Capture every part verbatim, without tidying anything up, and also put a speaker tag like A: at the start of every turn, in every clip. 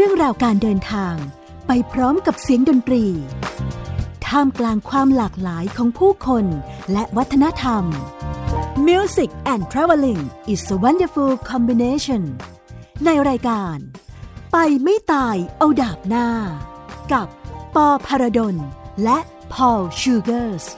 A: รื่องราวการเดินทางไปพร้อมกับเสียงดนตรีท่ามกลางความหลากหลายของผู้คนและวัฒนธรรม Music and Traveling is a wonderful combination ในรายการไปไม่ตายเอาดาบหน้ากับปอภรดลและพอลชูเกอร์ส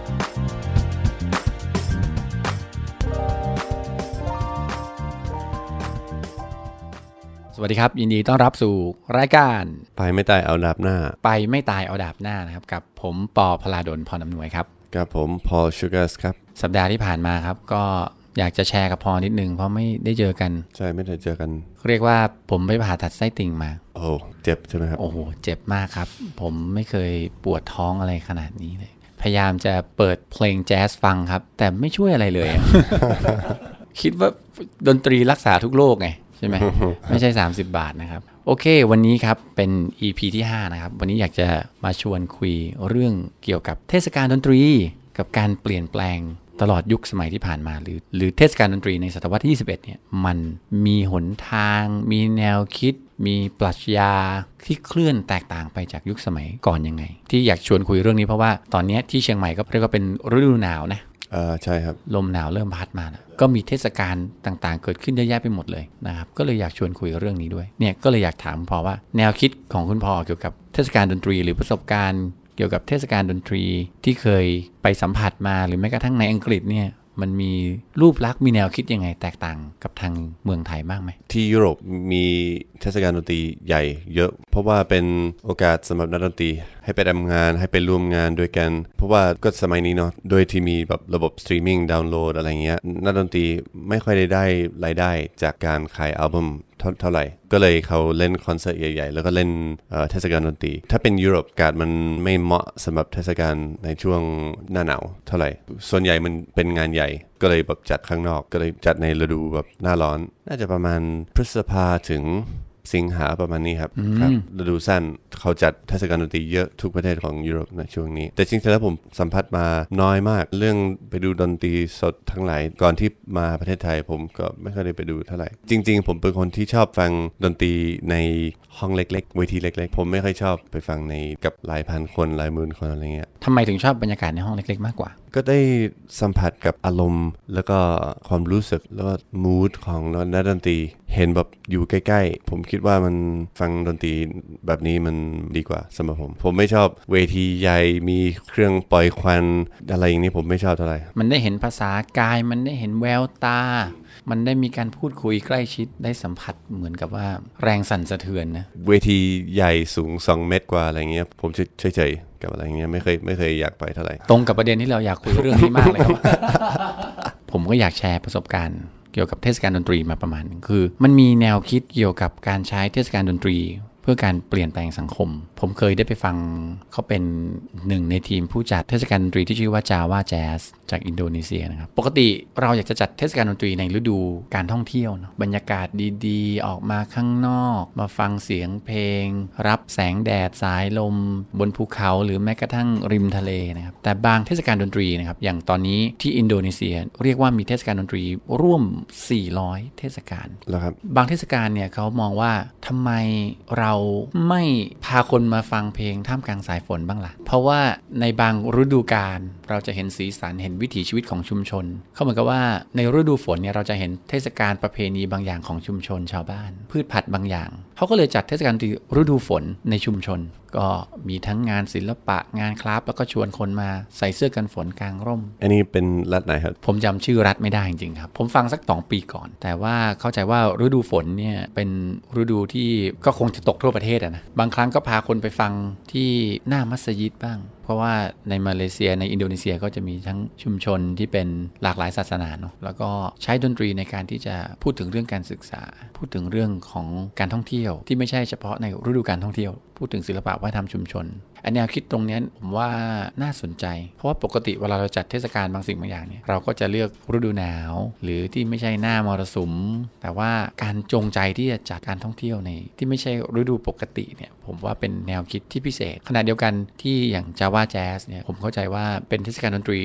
B: สวัสดีครับยินดีต้อนรับสู่รายการ
C: ไปไม่ตายเอาดาบหน้า
B: ไปไม่ตายเอาดาบหน้านะครับกับผมปอภรดลพรอำนวยครับ
C: กับผมพอลชูเกอร์สครับ
B: สัปดาห์ที่ผ่านมาครับก็อยากจะแชร์กับพอนิดนึงเพราะไม่ได้เจอกัน
C: ใช่ไม่ได้เจอกัน
B: เรียกว่าผมไปผ่าตัดไส้ติ่งมา
C: โอ้เจ็บใช่ไหมครับ
B: โอ้โหเจ็บมากครับผมไม่เคยปวดท้องอะไรขนาดนี้เลยพยายามจะเปิดเพลงแจ๊สฟังครับแต่ไม่ช่วยอะไรเลย คิดว่าดนตรีรักษาทุกโรคไงใช่ไหม ไม่ใช่สามสิบบาทนะครับโอเควันนี้ครับเป็น อี พี ที่ห้านะครับวันนี้อยากจะมาชวนคุยเรื่องเกี่ยวกับเทศกาลดนตรีกับการเปลี่ยนแปลงตลอดยุคสมัยที่ผ่านมาหรือหรือเทศกาลดนตรีในศตวรรษที่ยี่สิบเอ็ดเนี่ยมันมีหนทางมีแนวคิดมีปรัชญาที่เคลื่อนแตกต่างไปจากยุคสมัยก่อนยังไงที่อยากชวนคุยเรื่องนี้เพราะว่าตอนนี้ที่เชียงใหม่ก็เรียกว่าเป็นฤดูหนาวนะ
C: เออใช่ครับ
B: ลมหนาวเริ่มพัดมาแล้วก็มีเทศกาลต่างๆเกิดขึ้นเยอะแยะไปหมดเลยนะครับก็เลยอยากชวนคุยเรื่องนี้ด้วยเนี่ยก็เลยอยากถามพอว่าแนวคิดของคุณพอเกี่ยวกับเทศกาลดนตรีหรือประสบการณ์เกี่ยวกับเทศกาลดนตรีที่เคยไปสัมผัสมาหรือแม้กระทั่งในอังกฤษเนี่ยมันมีรูปลักษณ์มีแนวคิดยังไงแตกต่างกับทางเมืองไทยบ้างไหม
C: ที่ยุโรปมีเทศกาลดนตรีใหญ่เยอะเพราะว่าเป็นโอกาสสำหรับนักดนตรีให้ไปทำงานให้ไปร่วมงานด้วยกันเพราะว่าก็สมัยนี้เนาะโดยที่มีแบบระบบสตรีมมิ่งดาวน์โหลดอะไรเงี้ยนักดนตรีไม่ค่อยได้ได้รายได้จากการขายอัลบั้มเท่าไหร่ก็เลยเขาเล่นคอนเสิร์ตใหญ่ๆแล้วก็เล่นเทศกาลดนตรีถ้าเป็นยุโรปอากาศมันไม่เหมาะสำหรับเทศกาลในช่วงหน้าหนาวเท่าไหร่ส่วนใหญ่มันเป็นงานใหญ่ก็เลยแบบจัดข้างนอกก็เลยจัดในฤดูแบบหน้าร้อนน่าจะประมาณพฤษภาถึงสิงหาประมาณนี้ครับครับฤดูสั้นเขาจัดเทศกาลดนตรีเยอะทุกประเทศของยุโรปในช่วงนี้แต่จริงๆแล้วผมสัมผัสมาน้อยมากเรื่องไปดูดนตรีสดทั้งหลายก่อนที่มาประเทศไทยผมก็ไม่ค่อยได้ไปดูเท่าไหร่จริงๆผมเป็นคนที่ชอบฟังดนตรีในห้องเล็กๆเวทีเล็กๆผมไม่ค่อยชอบไปฟังในกับหลายพันคนหลายหมื่นคนอะไรเงี้ย
B: ทำไมถึงชอบบรรยากาศในห้องเล็กๆมากกว่า
C: ก็ได้สัมผัสกับอารมณ์แล้วก็ความรู้สึกแล้วก็มูดของนักดนตรีเห็นแบบอยู่ใกล้ๆผมคิดว่ามันฟังดนตรีแบบนี้มันดีกว่าสำหรับผมผมไม่ชอบเวทีใหญ่มีเครื่องปล่อยควันอะไรอย่างนี้ผมไม่ชอบเท่าไหร่
B: มันได้เห็นภาษากายมันได้เห็นแววตามันได้มีการพูดคุยใกล้ชิดได้สัมผัสเหมือนกับว่าแรงสั่นสะเทือนนะ
C: เวทีใหญ่สูงสองเมตรกว่าอะไรเงี้ยผมเฉยๆกับอะไรเงี้ยไม่เคยไม่เคยอยากไปเท่าไหร่
B: ตรงกับประเด็นที่เราอยากคุยเรื่องนี้มากเลยครับ ผมก็อยากแชร์ประสบการณ์เกี่ยวกับเทศกาลดนตรีมาประมาณนึงคือมันมีแนวคิดเกี่ยวกับการใช้เทศกาลดนตรีเพื่อการเปลี่ยนแปลงสังคมผมเคยได้ไปฟังเขาเป็นหนึ่งในทีมผู้จัดเทศกาลดนตรีที่ชื่อว่า Java Jazz จากอินโดนีเซียนะครับปกติเราอยากจะจัดเทศกาลดนตรีในฤดูการท่องเที่ยวเนาะบรรยากาศดีๆออกมาข้างนอกมาฟังเสียงเพลงรับแสงแดดสายลมบนภูเขาหรือแม้กระทั่งริมทะเลนะครับแต่บางเทศกาลดนตรีนะครับอย่างตอนนี้ที่อินโดนีเซียเรียกว่ามีเทศกาลดนตรีร่วมสี่ร้อยเทศกาล
C: แล้วครับ
B: บางเทศกาลเนี่ยเขามองว่าทำไมเราไม่พาคนมาฟังเพลงท่ามกลางสายฝนบ้างล่ะเพราะว่าในบางฤดูกาลเราจะเห็นสีสันเห็นวิถีชีวิตของชุมชนเขาเหมือนกับว่าในฤดูฝนเนี่ยเราจะเห็นเทศกาลประเพณีบางอย่างของชุมชนชาวบ้านพืชผักบางอย่างเขาก็เลยจัดเทศกาลฤดูฝนในชุมชนก็มีทั้งงานศิลปะงานคราฟต์แล้วก็ชวนคนมาใส่เสื้อกันฝนกลางร่ม
C: อันนี้เป็นรัฐไหนครับ
B: ผมจำชื่อรัฐไม่ได้จริงๆครับผมฟังสักสองปีก่อนแต่ว่าเข้าใจว่าฤดูฝนเนี่ยเป็นฤดูที่ก็คงจะตกทั่วประเทศนะบางครั้งก็พาคนไปฟังที่หน้ามัสยิดบ้างเพราะว่าในมาเลเซียในอินโดนีเซียก็จะมีทั้งชุมชนที่เป็นหลากหลายศาสนาเนาะแล้วก็ใช้ดนตรีในการที่จะพูดถึงเรื่องการศึกษาพูดถึงเรื่องของการท่องเที่ยวที่ไม่ใช่เฉพาะในฤดูการท่องเที่ยวพูดถึงศิลปะวัฒนธรรมชุมชนอันแนวคิดตรงนี้ผมว่าน่าสนใจเพราะว่าปกติเวลาเราจัดเทศกาลบางสิ่งบางอย่างเนี่ยเราก็จะเลือกฤดูหนาวหรือที่ไม่ใช่หน้ามรสุมแต่ว่าการจงใจที่จะจัดการท่องเที่ยวในที่ไม่ใช่ฤดูปกติเนี่ยผมว่าเป็นแนวคิดที่พิเศษขณะเดียวกันที่อย่าง Java Jazz เนี่ยผมเข้าใจว่าเป็นเทศกาลดนตรี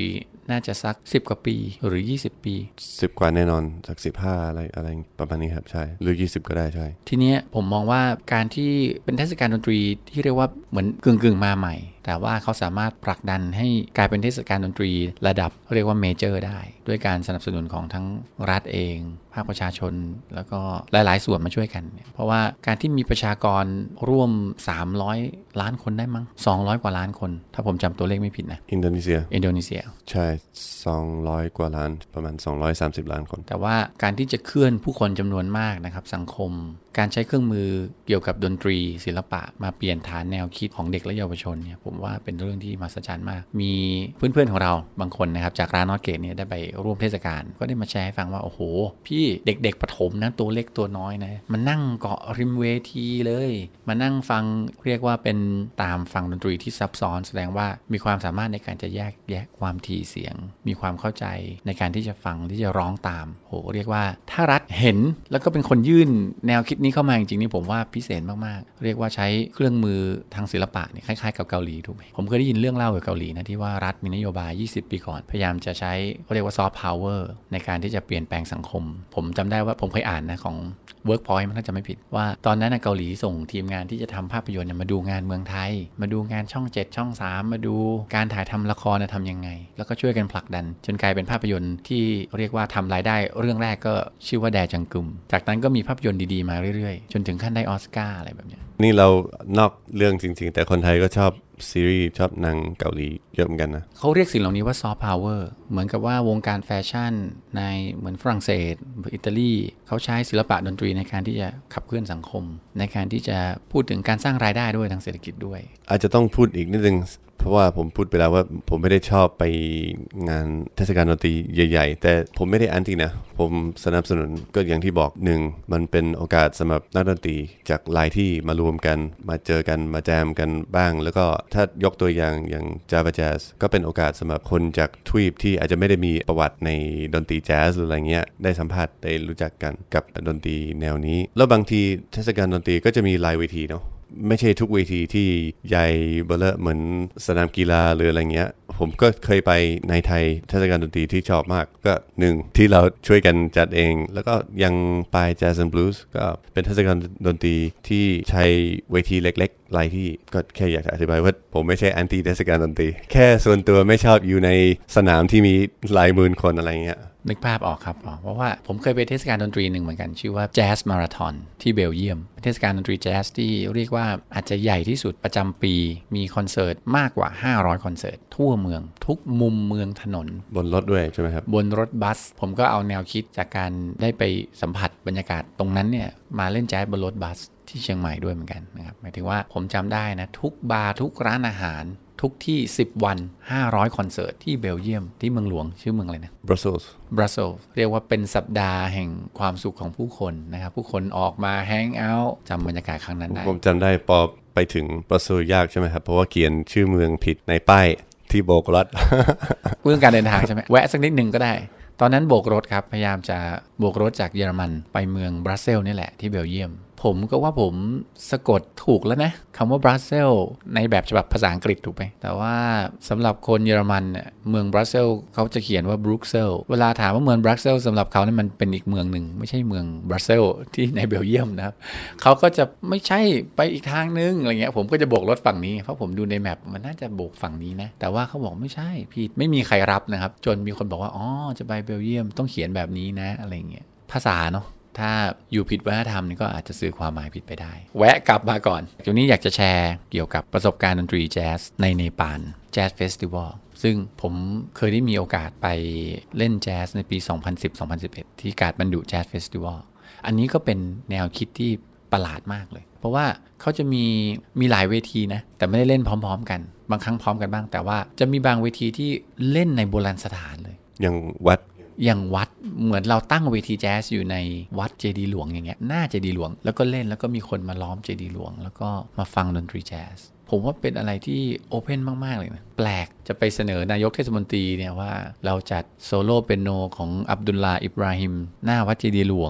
B: น่าจะสักสิบกว่าปีหรือยี่สิบปี
C: สิบกว่าแน่นอนสักสิบห้าอะไรอะไรประมาณนี้ครับใช่หรือยี่สิบก็ได้ใช่
B: ทีเนี้ยผมมองว่าการที่เป็นเทศกาลดนตรีที่เรียกว่าเหมือนกึ่งๆมาใหม่แต่ว่าเขาสามารถผลักดันให้กลายเป็นเทศกาลดนตรีระดับเรียกว่าเมเจอร์ได้ด้วยการสนับสนุนของทั้งรัฐเองภาคประชาชนแล้วก็หลายๆส่วนมาช่วยกันเพราะว่าการที่มีประชากรร่วมสามร้อยล้านคนได้มั้งสองร้อยกว่าล้านคนถ้าผมจำตัวเลขไม่ผิดนะ
C: อินโดนีเซีย
B: อินโดนีเซีย
C: ใช่สองร้อยกว่าล้านประมาณสองร้อยสามสิบล้านคน
B: แต่ว่าการที่จะเคลื่อนผู้คนจำนวนมากนะครับสังคมการใช้เครื่องมือเกี่ยวกับดนตรีศิลปะมาเปลี่ยนฐานแนวคิดของเด็กและเยาวชนเนี่ยผมว่าเป็นเรื่องที่มหัศจรรย์มากมีเพื่อนๆของเราบางคนนะครับจากร้านนอตเกตเนี่ยได้ไปร่วมเทศกาลก็ได้มาแชร์ให้ฟังว่าโอ้โหพี่เด็กๆประถมนะตัวเล็กตัวน้อยนะมานั่งเกาะริมเวทีเลยมานั่งฟังเรียกว่าเป็นตามฟังดนตรีที่ซับซ้อนแสดงว่ามีความสามารถในการจะแยกแยะความถี่เสียงมีความเข้าใจในการที่จะฟังที่จะร้องตามโหเรียกว่าถ้ารัฐเห็นแล้วก็เป็นคนยื่นแนวคิดนี้เข้ามาจริงๆนี่ผมว่าพิเศษมากๆเรียกว่าใช้เครื่องมือทางศิลปะเนี่ยคล้ายๆกับเกาหลีถูกไหมผมเคยได้ยินเรื่องเล่าเกี่ยวกับเกาหลีนะที่ว่ารัฐมีนโยบายยี่สิบปีก่อนพยายามจะใช้เขาเรียกว่าซอฟต์พาวเวอร์ในการที่จะเปลี่ยนแปลงสังคมผมจำได้ว่าผมเคยอ่านนะของ Workpoint มันน่าจะไม่ผิดว่าตอนนั้นเกาหลีส่งทีมงานที่จะทำภาพยนตร์มาดูงานเมืองไทยมาดูงานช่องเจ็ดช่องสามมาดูการถ่ายทำละครทำยังไงแล้วก็ช่วยกันผลักดันจนกลายเป็นภาพยนตร์ที่เรียกว่าทำรายได้เรื่องแรกก็ชื่อว่าแดจังกึมจากนั้นก็มีภาพยนตร์ดีๆมาเรื่อยๆจนถึงขั้นได้ออสการ์อะไรแบบนี้
C: นี่เรานอกเรื่องจริงๆแต่คนไทยก็ชอบซีรีส์ชอบหนังเกาหลีเยอะเหมือนกันนะ
B: เขาเรียกสิ่งเหล่านี้ว่าซอฟต์พาวเวอร์เหมือนกับว่าวงการแฟชั่นในเหมือนฝรั่งเศสอิตาลีเขาใช้ศิลปะดนตรีในการที่จะขับเคลื่อนสังคมในการที่จะพูดถึงการสร้างรายได้ด้วยทางเศรษฐกิจด้วย
C: อาจจะต้องพูดอีกนิดนึงเพราะว่าผมพูดไปแล้วว่าผมไม่ได้ชอบไปงานเทศกาลดนตรีใหญ่ๆแต่ผมไม่ได้แอนตี้นะผมสนับสนุนก็อย่างที่บอกหนึ่งมันเป็นโอกาสสำหรับนักดนตรีจากหลายที่มารวมกันมาเจอกันมาแจมกันบ้างแล้วก็ถ้ายกตัวอย่างอย่าง Java Jazz ก็เป็นโอกาสสำหรับคนจากทวีปที่อาจจะไม่ได้มีประวัติในดนตรีแจ๊สหรืออะไรเงี้ยได้สัมผัสได้รู้จักกันกับดนตรีแนวนี้แล้วบางทีเทศกาลดนตรีก็จะมีหลายเวทีเนาะไม่ใช่ทุกเวทีที่ใหญ่เบ้อเลอะเหมือนสนามกีฬาหรืออะไรเงี้ยผมก็เคยไปในไทยเทศกาลดนตรีที่ชอบมากก็หนึ่งที่เราช่วยกันจัดเองแล้วก็ยังไป Jazz and Blues ก็เป็นเทศกาลดนตรีที่ใช้เวทีเล็กๆหลายที่ก็แค่อยากจะอธิบายว่าผมไม่ใช่แอนตี้เทศกาลดนตรีแค่ส่วนตัวไม่ชอบอยู่ในสนามที่มีหลายหมื่นคนอะไรเงี้ย
B: นึกภาพออกครับอ๋อเพราะว่าผมเคยไปเทศกาลดนตรีหนึ่งเหมือนกันชื่อว่า Jazz Marathon ที่เบลเยียมเทศกาลดนตรีแจ๊สที่เรียกว่าอาจจะใหญ่ที่สุดประจำปีมีคอนเสิร์ตมากกว่าห้าร้อยคอนเสิร์ตทั่วเมืองทุกมุมเมืองถนน
C: บนรถด้วยใช่ไหมครับ
B: บนรถบัสผมก็เอาแนวคิดจากการได้ไปสัมผัสบรรยากาศตรงนั้นเนี่ยมาเล่นแจ๊สบนรถบัสที่เชียงใหม่ด้วยเหมือนกันนะครับหมายถึงว่าผมจำได้นะทุกบาร์ทุกร้านอาหารทุกที่สิบวันห้าร้อยคอนเสิร์ตที่เบลเยียมที่เมืองหลวงชื่อเมืองอะไรนะ
C: Brussels
B: Brussels เรียกว่าเป็นสัปดาห์แห่งความสุขของผู้คนนะครับผู้คนออกมาแฮงเอาท์จำบรรยากาศครั้งนั้นได้
C: ผมจำได้พอไปถึง Brussels ยากใช่ไหมครับเพราะว่าเขียนชื่อเมืองผิดในป้ายที่โบกรถ
B: เรื่องการเดินทางใช่ไหมแวะสักนิดนึงก็ได้ตอนนั้นโบกรถครับพยายามจะโบกรถจากเยอรมันไปเมืองบรัสเซลส์นี่แหละที่เบลเยียมผมก็ว่าผมสะกดถูกแล้วนะคำว่าบรัสเซลส์ในแบบฉบับภาษาอังกฤษถูกไหมแต่ว่าสำหรับคนเยอรมันเนี่ยเมืองบรัสเซลส์เขาจะเขียนว่าบรุกเซลเวลาถามว่าเมืองบรัสเซลสำหรับเขาเนี่ยมันเป็นอีกเมืองหนึ่งไม่ใช่เมืองบรัสเซลที่ในเบลเยียมนะครับเขาก็จะไม่ใช่ไปอีกทางนึงอะไรเงี้ยผมก็จะโบกรถฝั่งนี้เพราะผมดูในแมปมันน่าจะโบกฝั่งนี้นะแต่ว่าเขาบอกไม่ใช่พี่ไม่มีใครรับนะครับจนมีคนบอกว่าอ๋อจะไปเบลเยียมต้องเขียนแบบนี้นะอะไรเงี้ยภาษาเนาะถ้าอยู่ผิดวัฒนธรรมนี่ก็อาจจะสื่อความหมายผิดไปได้แวะกลับมาก่อนทีนี้อยากจะแชร์เกี่ยวกับประสบการณ์ดนตรีแจ๊สในเนปาลแจ๊สเฟสติวัลซึ่งผมเคยได้มีโอกาสไปเล่นแจ๊สในปี สองพันสิบ สองพันสิบเอ็ด ที่กาดบันดุแจ๊สเฟสติวัลอันนี้ก็เป็นแนวคิดที่ประหลาดมากเลยเพราะว่าเขาจะมีมีหลายเวทีนะแต่ไม่ได้เล่นพร้อมๆกันบางครั้งพร้อมกันบ้างแต่ว่าจะมีบางเวทีที่เล่นในโบราณสถานเลย
C: อย่างวัด
B: อย่างวัดเหมือนเราตั้งเวทีแจ๊สอยู่ในวัดเจดีย์หลวงอย่างเงี้ยหน้าเจดีย์หลวงแล้วก็เล่นแล้วก็มีคนมาล้อมเจดีย์หลวงแล้วก็มาฟังดนตรีแจ๊สผมว่าเป็นอะไรที่โอเพนมากๆเลยนะแปลกจะไปเสนอนายกเทศมนตรีเนี่ยว่าเราจัดโซโล่เปียโนของอับดุลลาห์อิบราฮิมหน้าวัดเจดีย์หลวง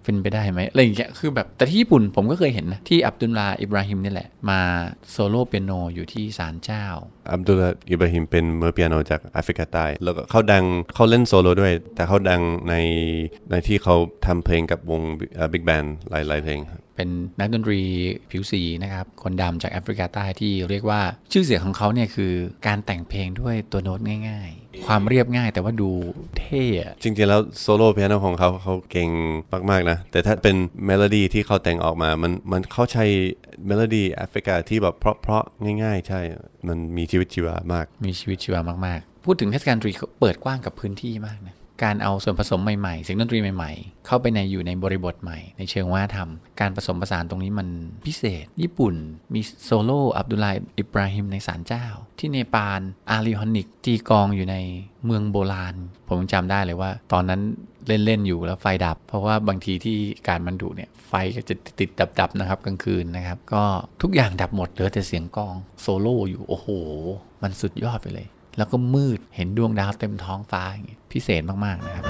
B: เป็นไปได้ไหมอะไรอย่างเงี้ยคือแบบแต่ที่ญี่ปุ่นผมก็เคยเห็นนะที่อับดุลลาห์อิบราฮิมนี่แหละมาโซโล่เปียโนอยู่ที่ศาลเจ้า
C: อับดุลลาห์อิบราฮิมเป็นมือเปียโนจากแอฟริกาใต้แล้วก็เขาดังเขาเล่นโซโล่ด้วยแต่เขาดังในในที่เขาทำเพลงกับวงบิ๊กแบนด์หลายๆเพลง
B: เป็นนักดนตรีผิวสีนะครับคนดำจากแอฟริกาใต้ที่เรียกว่าชื่อเสียงของเขาเนี่ยคือการแต่งเพลงด้วยตัวโน้ตง่ายๆความเรียบง่ายแต่ว่าดูเท่
C: จริงๆแล้วโซโล่เปียโนของเขาเขาเก่งมากๆนะแต่ถ้าเป็นเมโลดี้ที่เขาแต่งออกมามันมันเขาใช้เมโลดี้แอฟริกาที่แบบเพราะๆง่ายๆใช่มันมีชีวิตชีวามาก
B: มีชีวิตชีวามากๆพูดถึงเทศกาลดนตรีเปิดกว้างกับพื้นที่มากนะการเอาส่วนผสมใหม่ๆเสียงดนตรีใหม่ๆเข้าไปในอยู่ในบริบทใหม่ในเชิงวัฒนธรรมการผสมผสานตรงนี้มันพิเศษญี่ปุ่นมีโซโล่อับดุลลาห์อิบราฮิมในศาลเจ้าที่เนปาลอาลีฮอนิกตีกองอยู่ในเมืองโบราณผมจำได้เลยว่าตอนนั้นเล่นๆอยู่แล้วไฟดับเพราะว่าบางทีที่การมันดุเนี่ยไฟก็จะติดดับๆนะครับกลางคืนนะครับก็ทุกอย่างดับหมดเหลือแต่เสียงกองโซโล่อยู่โอ้โหมันสุดยอดไปเลยแล้วก็มืดเห็นดวงดาวเต็มท้องฟ้าอย่างเงี้ยพิเศษมากๆนะครับ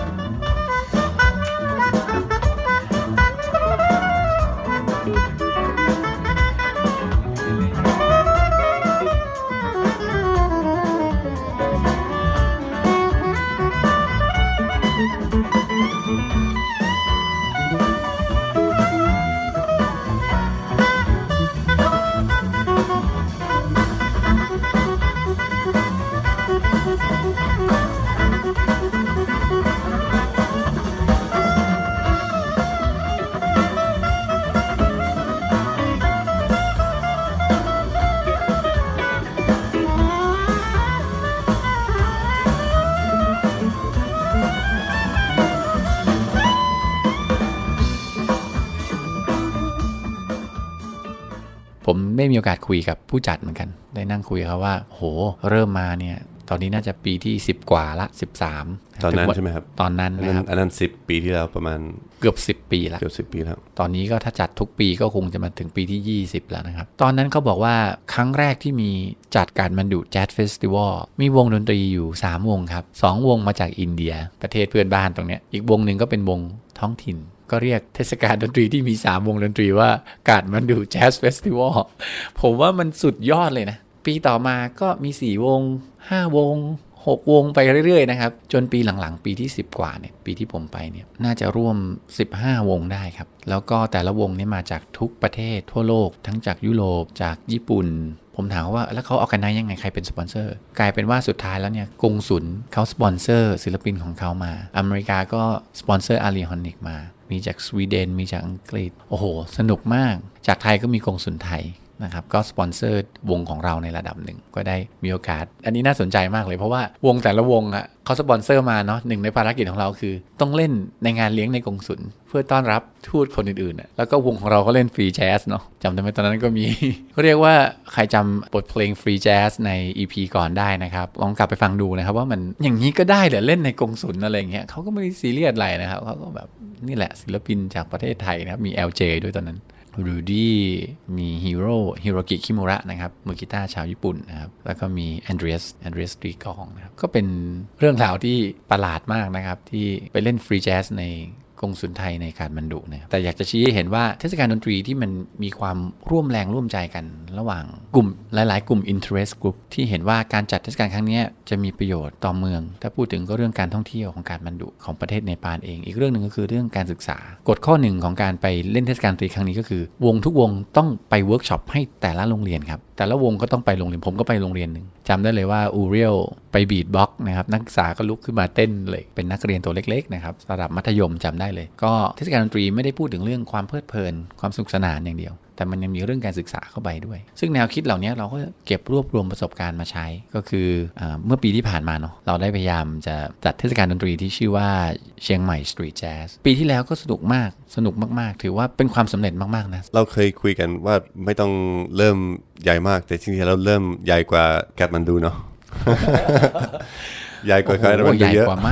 B: ผมได้มีโอกาสคุยกับผู้จัดเหมือนกันได้นั่งคุยเขาว่าโหเริ่มมาเนี่ยตอนนี้น่าจะปีที่สิบกว่าละสิบสาม
C: ตอนนั้นใช่ไหมครับ
B: ตอนนั้นนะครับ
C: อันนั้นสิบปีที่แล้วประมาณ
B: เกือบสิบปีละ
C: เกือบสิบปีแล้ว
B: ตอนนี้ก็ถ้าจัดทุกปีก็คงจะมาถึงปีที่ยี่สิบแล้วนะครับตอนนั้นเขาบอกว่าครั้งแรกที่มีจัดการมันดุแจ๊สเฟสติวัลมีวงดนตรีอยู่สามวงครับสองวงมาจากอินเดียประเทศเพื่อนบ้านตรงเนี้ยอีกวงนึงก็เป็นวงท้องถิ่นก็เรียกเทศกาลดนตรีที่มีสามวงดนตรีว่ากาดมันดูแจ๊สเฟสติวัลผมว่ามันสุดยอดเลยนะปีต่อมาก็มีสี่วงห้าวงหกวงไปเรื่อยๆนะครับจนปีหลังๆปีที่สิบกว่าเนี่ยปีที่ผมไปเนี่ยน่าจะร่วมสิบห้าวงได้ครับแล้วก็แต่ละวงนี่มาจากทุกประเทศทั่วโลกทั้งจากยุโรปจากญี่ปุ่นผมถามว่าแล้วเขาออกกันได้ยังไงใครเป็นสปอนเซอร์กลายเป็นว่าสุดท้ายแล้วเนี่ยกงสุลเขาสปอนเซอร์ศิลปินของเขามาอเมริกาก็สปอนเซอร์อารีฮอนิกมามีจากสวีเดนมีจากอังกฤษโอ้โหสนุกมากจากไทยก็มีกงสุลไทยนะครับก็สปอนเซอร์วงของเราในระดับหนึ่งก็ได้มีโอกาสอันนี้น่าสนใจมากเลยเพราะว่าวงแต่ละวงอ่ะเขาสปอนเซอร์มาเนาะหนึ่งในภารกิจของเราคือต้องเล่นในงานเลี้ยงในกงสุลเพื่อต้อนรับทูตคนอื่นๆแล้วก็วงของเราก็เล่นฟรีแจ๊สเนาะจำได้ไหมตอนนั้นก็มีเขาเรียกว่าใครจำบทเพลงฟรีแจ๊สใน อี พี ก่อนได้นะครับลองกลับไปฟังดูนะครับว่ามันอย่างนี้ก็ได้เหรอเล่นในกงสุลอะไรอย่างเงี้ยเขาก็ไม่ได้ซีเรียสอะไรนะครับเขาก็แบบนี่แหละศิลปินจากประเทศไทยนะครับมี แอล เจ ด้วยตอนนั้นรูดี้มีฮีโร่ฮิโรกิคิมุระนะครับมือกีตาร์ชาวญี่ปุ่นนะครับแล้วก็มีแอนเดรียสแอนเดรียสตีกองนะครับก็เป็นเรื่องราวที่ประหลาดมากนะครับที่ไปเล่นฟรีแจ๊สในกงสุลไทยในการมันดุนะครับแต่อยากจะชี้ให้เห็นว่าเทศกาลดนตรีที่มันมีความร่วมแรงร่วมใจกันระหว่างกลุ่มหลายๆกลุ่ม interest group ที่เห็นว่าการจัดเทศกาลครั้งนี้จะมีประโยชน์ต่อเมืองถ้าพูดถึงก็เรื่องการท่องเที่ยวของการมันดุของประเทศเนปาลเองอีกเรื่องนึงก็คือเรื่องการศึกษากฎข้อหนึ่งของการไปเล่นเทศกาลดนตรีครั้งนี้ก็คือวงทุกวงต้องไปเวิร์กช็อปให้แต่ละโรงเรียนครับแต่ละวงก็ต้องไปโรงเรียนผมก็ไปโรงเรียนนึงจำได้เลยว่าอูเรียลไปบีทบ็อกซ์นะครับนักศึกษาก็ลุกขึ้นมาเต้นเลยเป็นนักเรียนตัวเล็กๆนะครับระดับมัธยมจำได้เลยก็เทศกาลดนตรีไม่ได้พูดถึงเรื่องความเพลิดเพลินความสนุกสนานอย่างเดียวแต่มันยังมีเรื่องการศึกษาเข้าไปด้วยซึ่งแนวคิดเหล่านี้เราก็เก็บรวบรวมประสบการณ์มาใช้ก็คือเมื่อปีที่ผ่านมาเนาะเราได้พยายามจะจัดเทศกาลดนตรีที่ชื่อว่าเชียงใหม่สตรีทแจ๊สปีที่แล้วก็สนุกมากสนุกมากๆถือว่าเป็นความสำเร็จมากๆนะ
C: เราเคยคุยกันว่าไม่ต้องเริ่มใหญ่มากแต่จริงๆเราเริ่มใหญ่กว่าแกตมันดูเนาะใหญ่กว่าใครมันดูเยอะ
B: ใหญ่กว่ามาก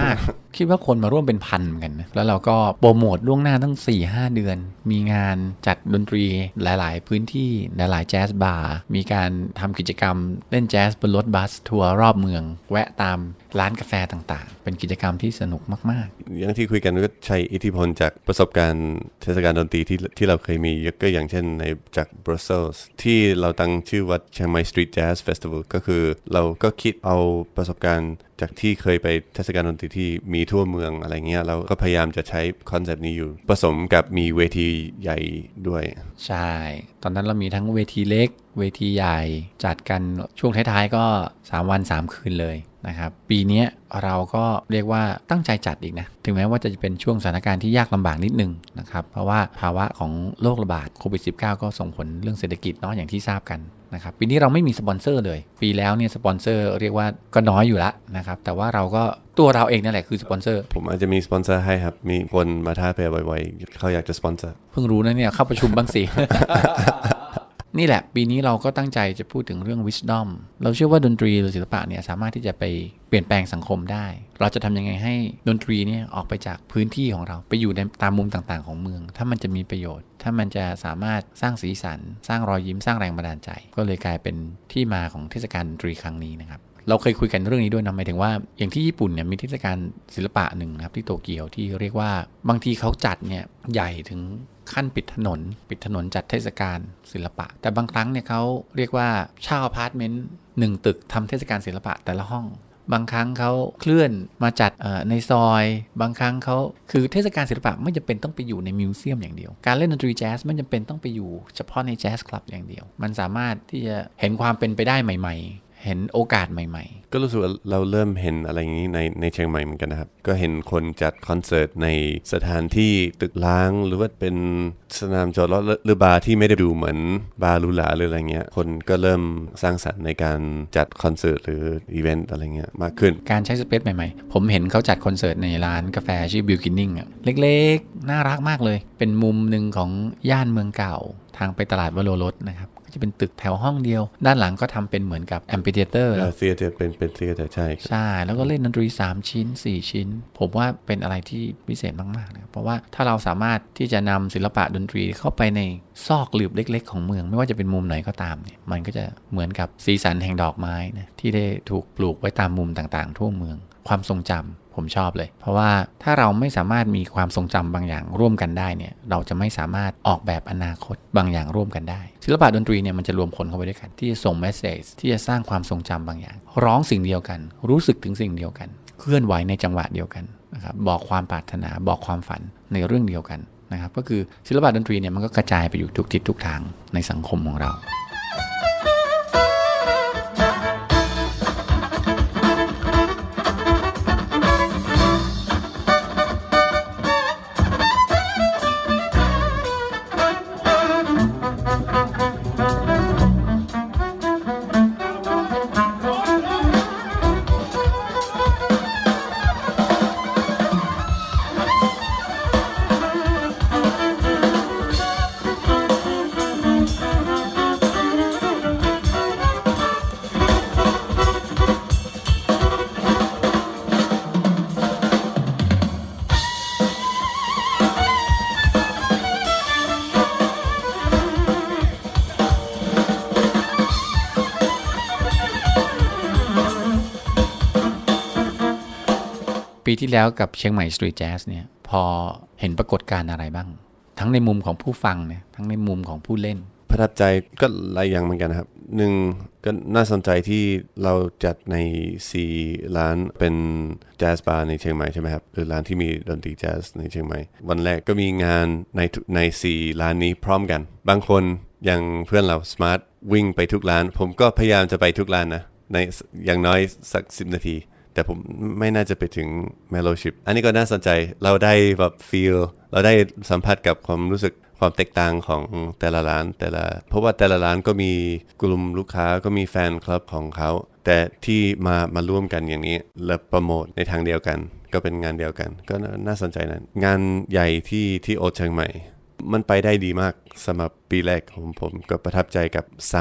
B: คิดว่าคนมาร่วมเป็นพันเหมือนกันนะแล้วเราก็โปรโมทล่วงหน้าตั้ง สี่ห้า เดือนมีงานจัดดนตรีหลายๆพื้นที่หลายๆแจ๊สบาร์มีการทำกิจกรรมเล่นแจ๊สบนรถบัสทัวร์รอบเมืองแวะตามร้านกาแฟต่างๆเป็นกิจกรรมที่สนุกมาก
C: ๆอย่างที่คุยกันก็ใช้อิทธิพลจากประสบการณ์เทศกาลดนตรีที่ที่เราเคยมีก็อย่างเช่นในจากบรัสเซลส์ที่เราตั้งชื่อว่าเชียงใหม่ Street Jazz Festival ก็คือเราก็คิดเอาประสบการณ์จากที่เคยไปเทศกาลดนตรีที่มีทั่วเมืองอะไรเงี้ยเราก็พยายามจะใช้คอนเซปต์นี้อยู่ผสมกับมีเวทีใหญ่ด้วย
B: ใช่ตอนนั้นเรามีทั้งเวทีเล็กเวทีใหญ่จัดกันช่วงท้ายๆก็สามวันสามคืนเลยนะครับปีนี้เราก็เรียกว่าตั้งใจจัดอีกนะถึงแม้ว่าจะเป็นช่วงสถานการณ์ที่ยากลำบากนิดนึงนะครับเพราะว่าภาวะของโรคระบาดโควิด สิบเก้า ก็ส่งผลเรื่องเศรษฐกิจเนาะอย่างที่ทราบกันนะครับปีนี้เราไม่มีสปอนเซอร์เลยปีแล้วเนี่ยสปอนเซอร์เรียกว่าก็น้อยอยู่ละนะครับแต่ว่าเราก็ตัวเราเองนั่นแหละคือสปอนเซอร์
C: ผมอาจจะมีสปอนเซอร์ให้ครับมีคนมาท้าไปไวๆเขาอยากจะสปอนเซอร์
B: เพิ่งรู้นะเนี่ยเข้าประชุมบ้างสิ นี่แหละปีนี้เราก็ตั้งใจจะพูดถึงเรื่อง wisdom เราเชื่อว่าดนตรีหรือศิลปะเนี่ยสามารถที่จะไปเปลี่ยนแปลงสังคมได้เราจะทำยังไงให้ดนตรีเนี่ยออกไปจากพื้นที่ของเราไปอยู่ในตามมุมต่างๆของเมืองถ้ามันจะมีประโยชน์ถ้ามันจะสามารถสร้างสีสันสร้างรอยยิ้มสร้างแรงบันดาลใจก็เลยกลายเป็นที่มาของเทศกาลดนตรีครั้งนี้นะครับเราเคยคุยกันเรื่องนี้ด้วยนะหมายถึงว่าอย่างที่ญี่ปุ่นเนี่ยมีเทศกาลศิลปะหนึ่งนะครับที่โตเกียวที่เรียกว่าบางทีเขาจัดเนี่ยใหญ่ถึงขั้นปิดถนนปิดถนนจัดเทศกาลศิลปะแต่บางครั้งเนี่ยเขาเรียกว่าเช่าอพาร์ตเมนต์หนึ่งตึกทำเทศกาลศิลปะแต่ละห้องบางครั้งเขาเคลื่อนมาจัดในซอยบางครั้งเขาคือเทศกาลศิลปะไม่จำเป็นต้องไปอยู่ในมิวเซียมอย่างเดียวการเล่นดนตรีแจ๊สไม่จำเป็นต้องไปอยู่เฉพาะในแจ๊สคลับอย่างเดียวมันสามารถที่จะเห็นความเป็นไปได้ใหม่ๆเห็นโอกาสใหม่ๆ
C: ก็รู้สึกว่าเราเริ่มเห็นอะไรอย่างนี้ในในเชียงใหม่เหมือนกันนะครับก็เห็นคนจัดคอนเสิร์ตในสถานที่ตึกร้างหรือว่าเป็นสนามจอดรถหรือบาร์ที่ไม่ได้ดูเหมือนบาร์หรูหราหรืออะไรเงี้ยคนก็เริ่มสร้างสรรค์ในการจัดคอนเสิร์ตหรืออีเวนต์อะไรเงี้ยมากขึ้น
B: การใช้สเปซใหม่ๆผมเห็นเขาจัดคอนเสิร์ตในร้านกาแฟชื่อ Beginning อ่ะเล็กๆน่ารักมากเลยเป็นมุมนึงของย่านเมืองเก่าทางไปตลาดวโรรสนะครับจะเป็นตึกแถวห้องเดียวด้านหลังก็ทำเป็นเหมือนกับแอมฟิเทเตอร์
C: แล้วเธียเตอร์เป็นเป็นเธียเตอร์ใช่
B: ใช่แล้วก็เล่นดนตรีสามชิ้นสี่ชิ้นผมว่าเป็นอะไรที่พิเศษมากๆนะเพราะว่าถ้าเราสามารถที่จะนำศิลปะดนตรีเข้าไปในซอกหลืบเล็กๆของเมืองไม่ว่าจะเป็นมุมไหนก็ตามเนี่ยมันก็จะเหมือนกับสีสันแห่งดอกไม้นะที่ได้ถูกปลูกไว้ตามมุมต่างๆทั่วเมืองความทรงจำผมชอบเลยเพราะว่าถ้าเราไม่สามารถมีความทรงจำบางอย่างร่วมกันได้เนี่ยเราจะไม่สามารถออกแบบอนาคตบางอย่างร่วมกันได้ศิลปะดนตรีเนี่ยมันจะรวมคนเข้าไปด้วยกันที่จะส่งเมสเสจที่จะสร้างความทรงจำบางอย่างร้องสิ่งเดียวกันรู้สึกถึงสิ่งเดียวกันเคลื่อนไหวในจังหวะเดียวกันนะครับบอกความปรารถนาบอกความฝันในเรื่องเดียวกันนะครับก็คือศิลปะดนตรีเนี่ยมันก็กระจายไปอยู่ทุกทิศทุกทางในสังคมของเราปีที่แล้วกับเชียงใหม่ Street Jazz เนี่ยพอเห็นปรากฏการณ์อะไรบ้างทั้งในมุมของผู้ฟังเนี่ยทั้งในมุมของผู้เล่น
C: ประทับใจก็หลายอย่างเหมือนกันครับหนึ่งก็น่าสนใจที่เราจัดในสี่ร้านเป็นแจ๊สบาร์ในเชียงใหม่ใช่ไหมครับคือร้านที่มีดนตรีแจ๊สในเชียงใหม่วันแรกก็มีงานในในสี่ร้านนี้พร้อมกันบางคนอย่างเพื่อนเราสมาร์ทวิ่งไปทุกร้านผมก็พยายามจะไปทุกร้านนะในอย่างน้อยสักสิบนาทีแต่ผมไม่น่าจะไปถึง Mellowship อันนี้ก็น่าสนใจเราได้แบบ feel เราได้สัมผัสกับความรู้สึกความแตกต่างของแต่ละร้านแต่ละเพราะว่าแต่ละร้านก็มีกลุ่มลูกค้าก็มีแฟนคลับของเขาแต่ที่มามาร่วมกันอย่างนี้และโปรโมทในทางเดียวกันก็เป็นงานเดียวกันก็น่าสนใจนะงานใหญ่ที่ที่โอเชียงใหม่มันไปได้ดีมากสำหรับปีแรกของผมก็ประทับใจกับ sound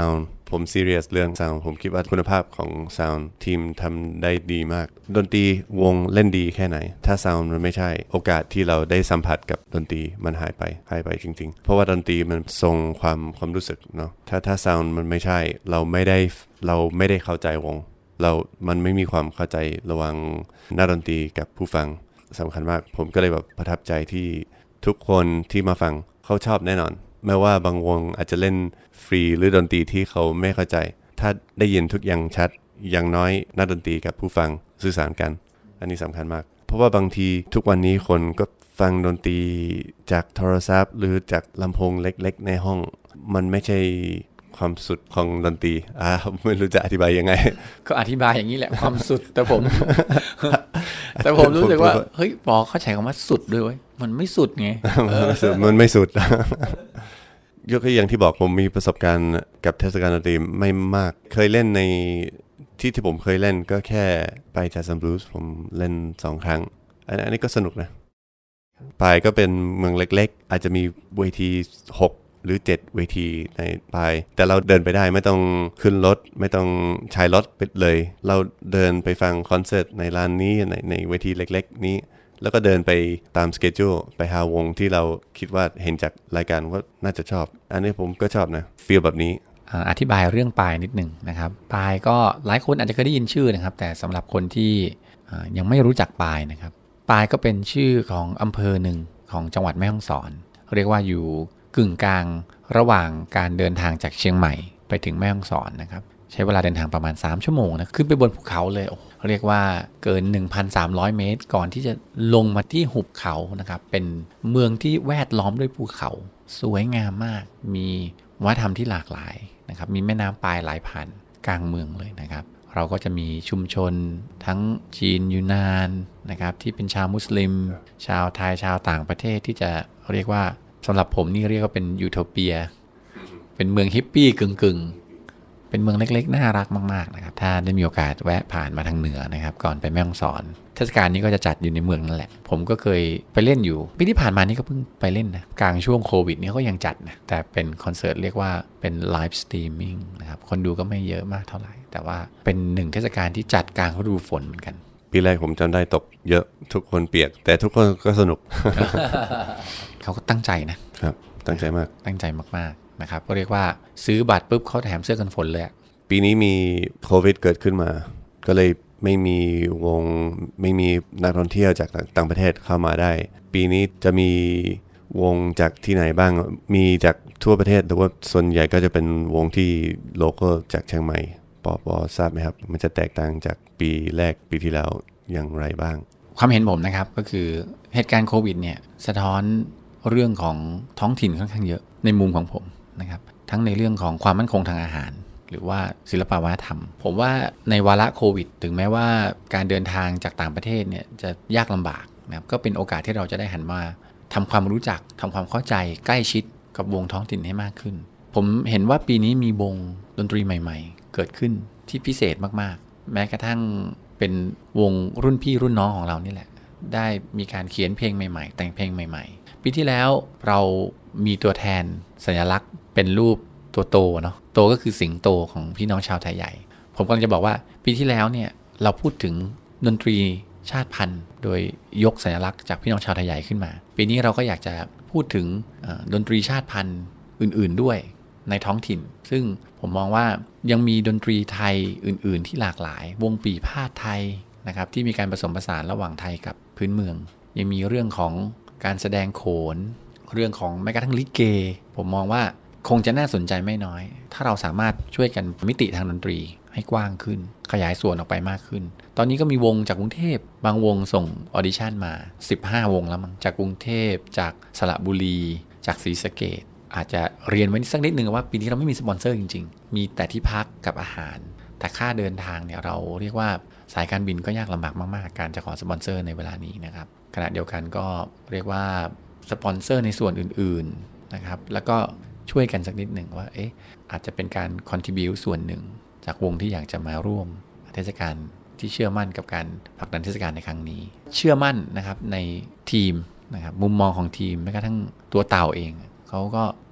C: ผมซีเรียสเรื่องซาวด์ผมคิดว่าคุณภาพของซาวด์ทีมทำได้ดีมากดนตรีวงเล่นดีแค่ไหนถ้าซาวด์มันไม่ใช่โอกาสที่เราได้สัมผัสกับดนตรีมันหายไปหายไปจริงๆเพราะว่าดนตรีมันทรงความความรู้สึกเนาะถ้าถ้าซาวด์มันไม่ใช่เราไม่ได้เราไม่ได้เข้าใจวงเรามันไม่มีความเข้าใจระหว่างนักดนตรีกับผู้ฟังสำคัญมากผมก็เลยแบบประทับใจที่ทุกคนที่มาฟังเขาชอบแน่นอนแม้ว่าบางวงอาจจะเล่นฟรีหรือดนตรีที่เขาไม่เข้าใจถ้าได้ยินทุกอย่างชัดอย่างน้อยนักดนตรีกับผู้ฟังสื่อสารกันอันนี้สำคัญมากเพราะว่าบางทีทุกวันนี้คนก็ฟังดนตรีจากโทรศัพท์หรือจากลำโพงเล็กๆในห้องมันไม่ใช่ความสุดของดนตรีอ่าไม่รู้จะอธิบายยังไง
B: ก็อธิบายอย่างนี้แหละความสุดแต่ผม แต่ผมรู้สึกว่าเฮ้ยปอเขาใช้คำว่าสุดด้วยเว้ยมันไม่สุดไง
C: มันไม่สุด ยกตัวอย่างที่บอกผมมีประสบการณ์กับเทศกาลดนตรีไม่มากเคยเล่นในที่ที่ผมเคยเล่นก็แค่ไปจัสซันบลูส์ผมเล่นสองครั้งอันนี้ก็สนุกนะปายก็เป็นเมืองเล็กๆอาจจะมีเวทีหกหรือเจ็ดเวทีในปายแต่เราเดินไปได้ไม่ต้องขึ้นรถไม่ต้องใช้รถไปเลยเราเดินไปฟังคอนเสิร์ตในร้านนี้ในในเวทีเล็กๆนี้แล้วก็เดินไปตามสเกจจูลไปหาวงที่เราคิดว่าเห็นจากรายการว่าน่าจะชอบอันนี้ผมก็ชอบนะฟีลแบบนี้
B: อธิบายเรื่องปายนิดนึงนะครับปายก็หลายคนอาจจะเคยได้ยินชื่อนะครับแต่สำหรับคนที่ยังไม่รู้จักปายนะครับปายก็เป็นชื่อของอำเภอหนึ่งของจังหวัดแม่ฮ่องสอนเรียกว่าอยู่กึ่งกลางระหว่างการเดินทางจากเชียงใหม่ไปถึงแม่ฮ่องสอนนะครับใช้เวลาเดินทางประมาณสามชั่วโมงนะขึ้นไปบนภูเขาเลยเรียกว่าเกิน หนึ่งพันสามร้อย เมตรก่อนที่จะลงมาที่หุบเขานะครับเป็นเมืองที่แวดล้อมด้วยภูเขาสวยงามมากมีวัฒนธรรมที่หลากหลายนะครับมีแม่น้ำปายไหลผ่านกลางเมืองเลยนะครับเราก็จะมีชุมชนทั้งจีนยูนานนะครับที่เป็นชาวมุสลิมชาวไทยชาวต่างประเทศที่จะเรียกว่าสำหรับผมนี่เรียกว่าเป็นยูโทเปียเป็นเมืองฮิปปี้กึ่งๆเป็นเมืองเล็กๆน่ารักมากๆนะครับถ้าได้มีโอกาสแวะผ่านมาทางเหนือนะครับก่อนไปแม่ฮ่องสอนเทศกาลนี้ก็จะจัดอยู่ในเมืองนั่นแหละผมก็เคยไปเล่นอยู่ปีที่ผ่านมานี่ก็เพิ่งไปเล่นนะกลางช่วงโควิดนี่ก็ยังจัดนะแต่เป็นคอนเสิร์ตเรียกว่าเป็นไลฟ์สตรีมมิ่งนะครับคนดูก็ไม่เยอะมากเท่าไหร่แต่ว่าเป็นหนึ่งเทศกาลที่จัดกลางฤดูฝนเหมือนกัน
C: ปีแรกผมจำได้ตกเยอะทุกคนเปียกแต่ทุกคนก็สนุก
B: เขาก็ตั้งใจนะครับ
C: ตั้งใจมาก
B: ตั้งใจมากๆนะครับก็เรียกว่าซื้อบัตรปุ๊บเขาแถมเสื้อกันฝนเลย
C: ปีนี้มีโควิดเกิดขึ้นมาก็เลยไม่มีวงไม่มีนักท่องเที่ยวจากต่างประเทศเข้ามาได้ปีนี้จะมีวงจากที่ไหนบ้างมีจากทั่วประเทศแต่ว่าส่วนใหญ่ก็จะเป็นวงที่โลคอลจากเชียงใหม่ปอปอทราบไหมครับมันจะแตกต่างจากปีแรกปีที่แล้วอย่างไรบ้าง
B: ความเห็นผมนะครับก็คือเหตุการณ์โควิดเนี่ยสะท้อนเรื่องของท้องถิ่นค่อนข้างเยอะในมุมของผมนะครับทั้งในเรื่องของความมั่นคงทางอาหารหรือว่าศิลปวัฒนธรรมผมว่าในวาระโควิดถึงแม้ว่าการเดินทางจากต่างประเทศเนี่ยจะยากลำบากนะครับก็เป็นโอกาสที่เราจะได้หันมาทำความรู้จักทำความเข้าใจใกล้ชิดกับวงท้องถิ่นให้มากขึ้นผมเห็นว่าปีนี้มีวงดนตรีใหม่ๆเกิดขึ้นที่พิเศษมากๆแม้กระทั่งเป็นวงรุ่นพี่รุ่นน้องของเรานี่แหละได้มีการเขียนเพลงใหม่ๆแต่งเพลงใหม่ๆปีที่แล้วเรามีตัวแทนสัญลักษณ์เป็นรูปตัวโตเนาะโตก็คือสิงโตของพี่น้องชาวไทยใหญ่ผมกำลังจะบอกว่าปีที่แล้วเนี่ยเราพูดถึงดนตรีชาติพันธุ์โดยยกสัญลักษณ์จากพี่น้องชาวไทยใหญ่ขึ้นมาปีนี้เราก็อยากจะพูดถึงดนตรีชาติพันธุ์อื่นๆด้วยในท้องถิ่นซึ่งผมมองว่ายังมีดนตรีไทยอื่นๆที่หลากหลายวงปีพาดไทยนะครับที่มีการผสมผสานระหว่างไทยกับพื้นเมืองยังมีเรื่องของการแสดงโขนเรื่องของแม้กระทั่งลิเกผมมองว่าคงจะน่าสนใจไม่น้อยถ้าเราสามารถช่วยกันมิติทางดนตรีให้กว้างขึ้นขยายส่วนออกไปมากขึ้นตอนนี้ก็มีวงจากกรุงเทพบางวงส่งออดิชั่นมาสิบห้าวงแล้วมั้งจากกรุงเทพจากสระบุรีจากศรีสะเกษอาจจะเรียนไว้สักนิดนึงว่าปีนี้เราไม่มีสปอนเซอร์จริงๆมีแต่ที่พักกับอาหารแต่ค่าเดินทางเนี่ยเราเรียกว่าสายการบินก็ยากลำบากมากๆการจะขอสปอนเซอร์ในเวลานี้นะครับขณะเดียวกันก็เรียกว่าสปอนเซอร์ในส่วนอื่นๆนะครับแล้วก็ช่วยกันสักนิดหนึ่งว่าเอ๊ะอาจจะเป็นการ contribute ส่วนหนึ่งจากวงที่อยากจะมาร่วมเทศกาลที่เชื่อมั่นกับการผลักดันเทศกาลในครั้งนี้เชื่อมั่นนะครับในทีมนะครับมุมมองของทีมแม้กระทั่งตัวเต่าเองเขาก็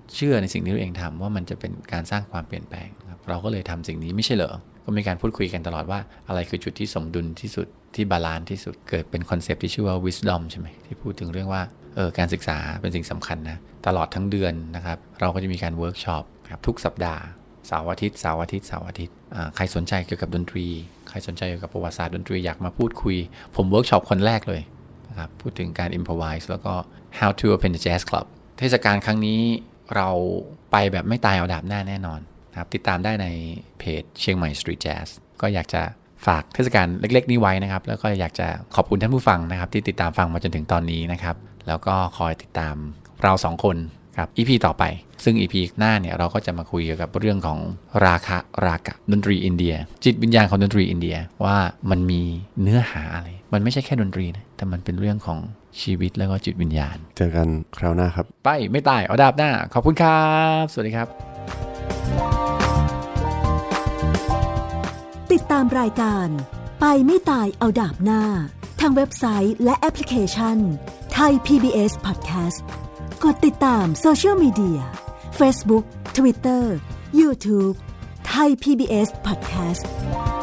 B: เชื่อในสิ่งที่ตัวเองทำว่ามันจะเป็นการสร้างความเปลี่ยนแปลงครับเราก็เลยทำสิ่งนี้ไม่ใช่เหรอก็มีการพูดคุยกันตลอดว่าอะไรคือจุดที่สมดุลที่สุดที่บาลานซ์ที่สุดเกิดเป็นคอนเซปต์ที่ชื่อว่า wisdom ใช่ไหมที่พูดถึงเรื่องว่าเออการศึกษาเป็นสิ่งสำคัญนะตลอดทั้งเดือนนะครับเราก็จะมีการเวิร์กช็อปครับทุกสัปดาห์เสาร์อาทิตย์เสาร์อาทิตย์เสาร์อาทิตย์ใครสนใจเกี่ยวกับดนตรีใครสนใจเกี่ยวกับประวัติศาสตร์ดนตรีอยากมาพูดคุยผมเวิร์กช็อปคนแรกเลยนะครับพูดถึงการ improvise แล้วก็ how to open the jazz club เทศกาลครั้งนี้เราไปแบบไม่ตายเอาดาบหน้าแน่นอนนะครับติดตามได้ในเพจเชียงใหม่ Street Jazz ก็อยากจะฝากเทศกาลเล็กๆนี้ไว้นะครับแล้วก็อยากจะขอบคุณท่านผู้ฟังนะครับที่ติดตามฟังมาจนถึงตอนนี้นะครับแล้วก็คอยติดตามเราสองคนครับ อี พี ต่อไปซึ่ง อี พี หน้าเนี่ยเราก็จะมาคุยเกี่ยวกับเรื่องของราคะรากะดนตรีอินเดียจิตวิญญาณของดนตรีอินเดียว่ามันมีเนื้อหาอะไรมันไม่ใช่แค่ดนตรีนะแต่มันเป็นเรื่องของชีวิตแล้วก็จิตวิญญาณ
C: เจอกันคราวหน้าครับ
B: ไปไม่ตายเอาดาบหน้าขอบคุณครับสวัสดีครับ
A: ติดตามรายการไปไม่ตายเอาดาบหน้าทางเว็บไซต์และแอปพลิเคชัน Thai พี บี เอส Podcast กดติดตามโซเชียลมีเดีย Facebook Twitter YouTube Thai พี บี เอส Podcast